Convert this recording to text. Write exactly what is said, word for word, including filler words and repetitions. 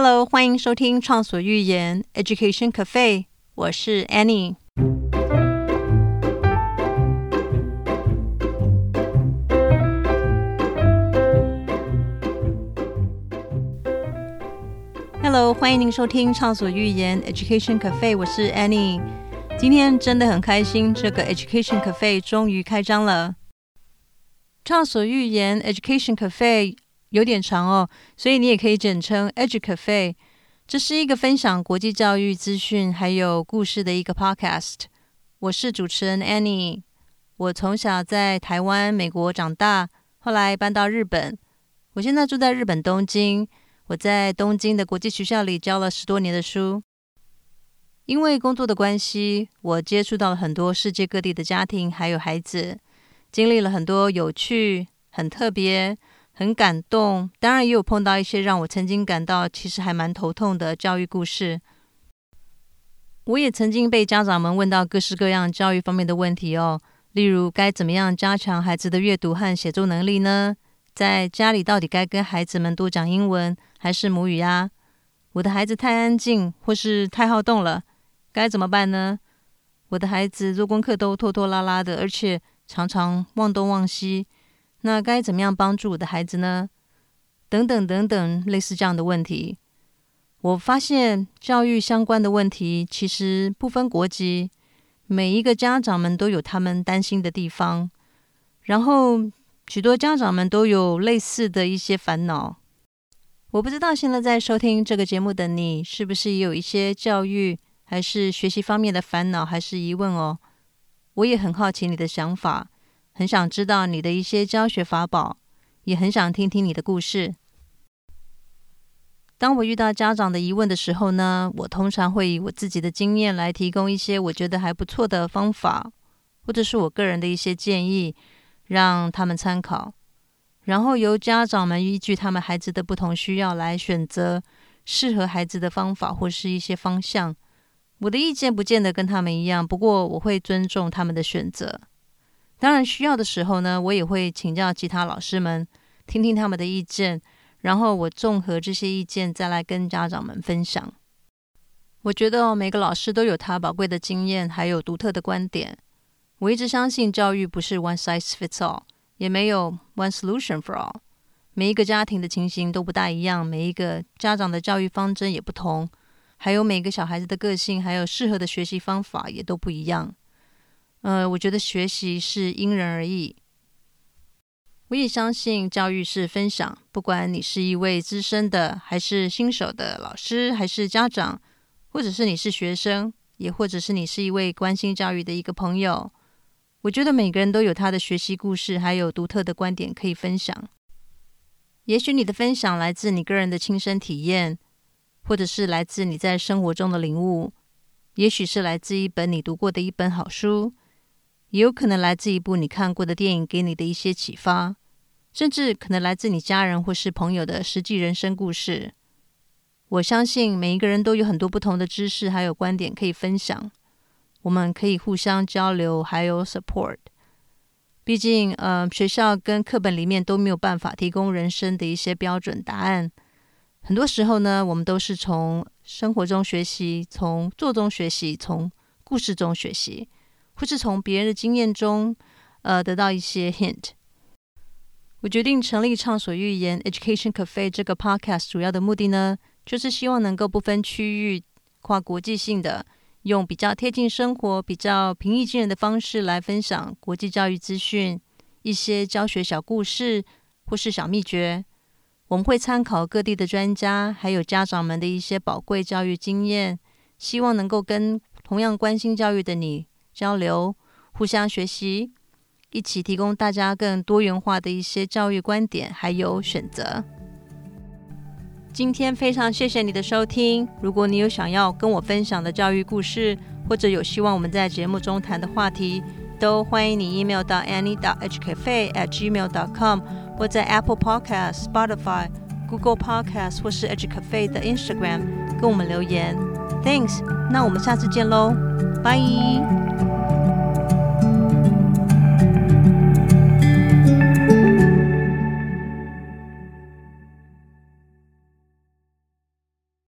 Hello， 欢迎收听畅所欲言 Education Cafe， 我是 Annie。Hello， 欢迎您收听畅所欲言 Education Cafe， 我是 Annie。今天真的很开心，这个 Education Cafe 终于开张了。畅所欲言 Education Cafe 有点长哦，所以你也可以简称 Edu Cafe。这是一个分享国际教育资讯还有故事的一个 podcast。我是主持人 Annie。我从小在台湾、美国长大，后来搬到日本。我现在住在日本东京。我在东京的国际学校里教了十多年的书。因为工作的关系，我接触到了很多世界各地的家庭还有孩子，经历了很多有趣、很特别、很感动，当然也有碰到一些让我曾经感到其实还蛮头痛的教育故事。我也曾经被家长们问到各式各样教育方面的问题哦，例如该怎么样加强孩子的阅读和写作能力呢？在家里到底该跟孩子们多讲英文还是母语啊？我的孩子太安静或是太好动了，该怎么办呢？我的孩子做功课都拖拖拉拉的，而且常常忘东忘西，那该怎么样帮助我的孩子呢？等等等等，类似这样的问题。我发现教育相关的问题其实不分国籍，每一个家长们都有他们担心的地方，然后许多家长们都有类似的一些烦恼。我不知道现在在收听这个节目的你，是不是也有一些教育还是学习方面的烦恼还是疑问哦？我也很好奇你的想法，很想知道你的一些教学法宝，也很想听听你的故事。当我遇到家长的疑问的时候呢，我通常会以我自己的经验来提供一些我觉得还不错的方法，或者是我个人的一些建议，让他们参考，然后由家长们依据他们孩子的不同需要来选择适合孩子的方法或是一些方向。我的意见不见得跟他们一样，不过我会尊重他们的选择。当然需要的时候呢，我也会请教其他老师们，听听他们的意见，然后我综合这些意见再来跟家长们分享。我觉得、哦、每个老师都有他宝贵的经验还有独特的观点。我一直相信教育不是 one size fits all， 也没有 one solution for all。 每一个家庭的情形都不大一样，每一个家长的教育方针也不同，还有每个小孩子的个性还有适合的学习方法也都不一样。呃，我觉得学习是因人而异。我也相信教育是分享，不管你是一位资深的还是新手的老师还是家长，或者是你是学生，也或者是你是一位关心教育的一个朋友，我觉得每个人都有他的学习故事还有独特的观点可以分享。也许你的分享来自你个人的亲身体验，或者是来自你在生活中的领悟，也许是来自一本你读过的一本好书，也有可能来自一部你看过的电影给你的一些启发，甚至可能来自你家人或是朋友的实际人生故事。我相信每一个人都有很多不同的知识还有观点可以分享，我们可以互相交流还有 support。 毕竟呃，学校跟课本里面都没有办法提供人生的一些标准答案，很多时候呢，我们都是从生活中学习，从做中学习，从故事中学习，或是从别人的经验中呃，得到一些 hint。 我决定成立畅所欲言 Education Cafe 这个 podcast 主要的目的呢，就是希望能够不分区域、跨国际性的，用比较贴近生活、比较平易近人的方式来分享国际教育资讯，一些教学小故事或是小秘诀。我们会参考各地的专家还有家长们的一些宝贵教育经验，希望能够跟同样关心教育的你交流，互相学习，一起提供大家更多元化的一些教育观点还有选择。今天非常谢谢你的收听，如果你有想要跟我分享的教育故事，或者有希望我们在节目中谈的话题，都欢迎你 email 到 annie dot h cafe at gmail dot com， 或在 Apple Podcast、Spotify、Google Podcast 或是 Educafe 的 Instagram 跟我们留言。 Thanks， 那我们下次见咯，拜。